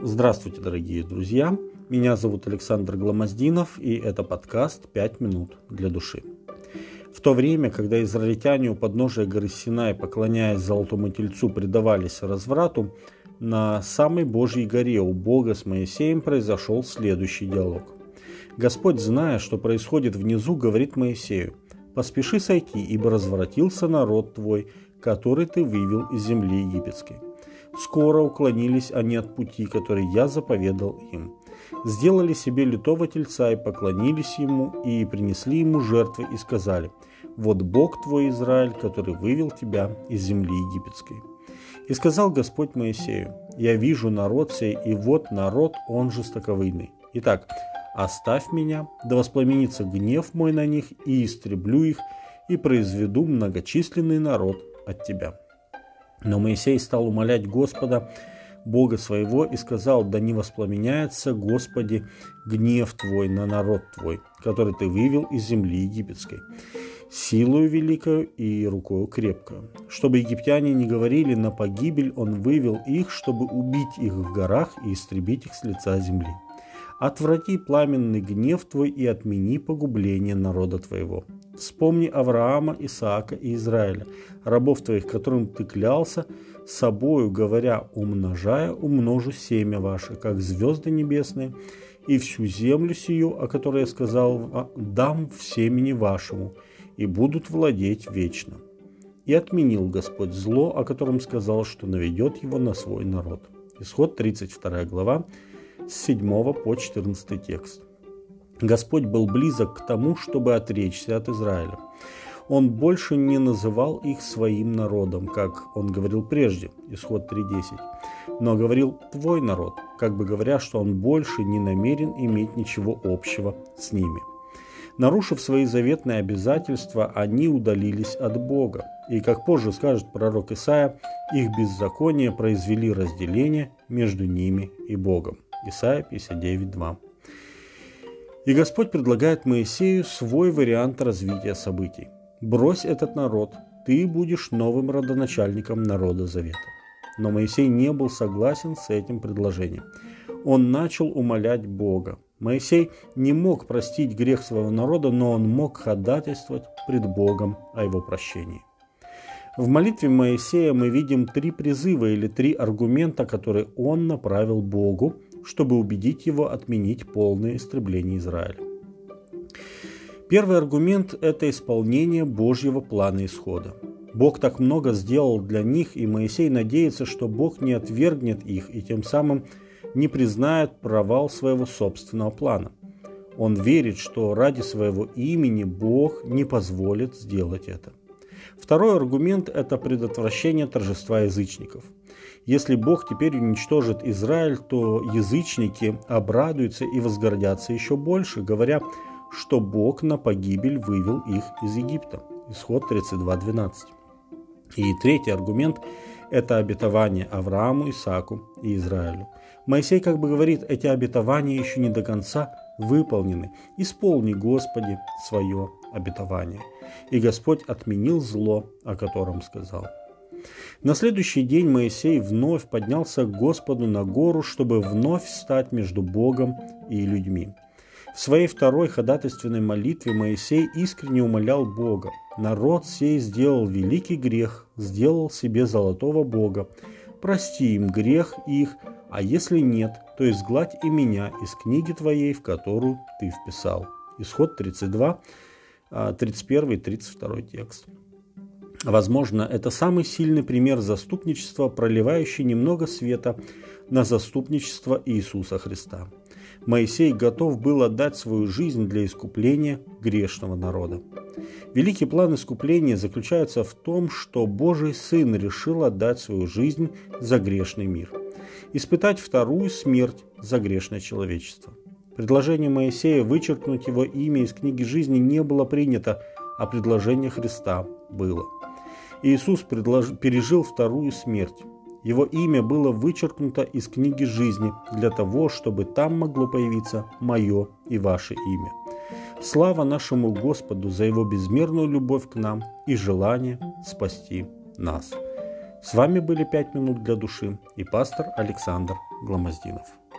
Здравствуйте, дорогие друзья! Меня зовут Александр Гломоздинов, и это подкаст «5 минут для души». В то время, когда израильтяне у подножия горы Синай, поклоняясь Золотому Тельцу, предавались разврату, на самой Божьей горе у Бога с Моисеем произошел следующий диалог. Господь, зная, что происходит внизу, говорит Моисею: «Поспеши сойти, ибо развратился народ твой, который ты вывел из земли египетской. Скоро уклонились они от пути, который я заповедал им. Сделали себе лютого тельца и поклонились ему, и принесли ему жертвы, и сказали: вот Бог твой Израиль, который вывел тебя из земли египетской». И сказал Господь Моисею: «Я вижу народ сей, и вот народ, он жестоковыйный. Итак, оставь меня, да воспламенится гнев мой на них, и истреблю их, и произведу многочисленный народ от тебя». Но Моисей стал умолять Господа, Бога своего, и сказал: «Да не воспламеняется, Господи, гнев Твой на народ Твой, который Ты вывел из земли египетской, силою великою и рукою крепкою. Чтобы египтяне не говорили на погибель, Он вывел их, чтобы убить их в горах и истребить их с лица земли. Отврати пламенный гнев Твой и отмени погубление народа Твоего. Вспомни Авраама, Исаака и Израиля, рабов Твоих, которым Ты клялся собою, говоря: умножая, умножу семя ваше, как звезды небесные, и всю землю сию, о которой я сказал, дам в семени вашему, и будут владеть вечно». И отменил Господь зло, о котором сказал, что наведет его на свой народ. Исход 32 глава, с 7 по 14 текст. Господь был близок к тому, чтобы отречься от Израиля. Он больше не называл их своим народом, как он говорил прежде, Исход 3:10, но говорил «твой народ», как бы говоря, что он больше не намерен иметь ничего общего с ними. Нарушив свои заветные обязательства, они удалились от Бога. И, как позже скажет пророк Исаия, их беззакония произвели разделение между ними и Богом. Исаия 59:2. И Господь предлагает Моисею свой вариант развития событий. «Брось этот народ, ты будешь новым родоначальником народа Завета». Но Моисей не был согласен с этим предложением. Он начал умолять Бога. Моисей не мог простить грех своего народа, но он мог ходатайствовать пред Богом о его прощении. В молитве Моисея мы видим 3 призыва или 3 аргумента, которые он направил Богу, чтобы убедить его отменить полное истребление Израиля. Первый аргумент – это исполнение Божьего плана исхода. Бог так много сделал для них, и Моисей надеется, что Бог не отвергнет их и тем самым не признает провал своего собственного плана. Он верит, что ради своего имени Бог не позволит сделать это. Второй аргумент – это предотвращение торжества язычников. Если Бог теперь уничтожит Израиль, то язычники обрадуются и возгордятся еще больше, говоря, что Бог на погибель вывел их из Египта. Исход 32:12. И третий аргумент – это обетование Аврааму, Исааку и Израилю. Моисей как бы говорит: эти обетования еще не до конца выполнены. Исполни, Господи, свое обетование. И Господь отменил зло, о котором сказал. На следующий день Моисей вновь поднялся к Господу на гору, чтобы вновь стать между Богом и людьми. В своей второй ходатайственной молитве Моисей искренне умолял Бога: «Народ сей сделал великий грех, сделал себе золотого бога. Прости им грех их, а если нет, то изгладь и меня из книги твоей, в которую ты вписал». Исход 32, 31 и 32 текст. Возможно, это самый сильный пример заступничества, проливающий немного света на заступничество Иисуса Христа. Моисей готов был отдать свою жизнь для искупления грешного народа. Великий план искупления заключается в том, что Божий Сын решил отдать свою жизнь за грешный мир, испытать вторую смерть за грешное человечество. Предложение Моисея вычеркнуть его имя из книги жизни не было принято, а предложение Христа было. Иисус пережил вторую смерть. Его имя было вычеркнуто из книги жизни для того, чтобы там могло появиться мое и ваше имя. Слава нашему Господу за Его безмерную любовь к нам и желание спасти нас. С вами были 5 минут для души и пастор Александр Гломоздинов.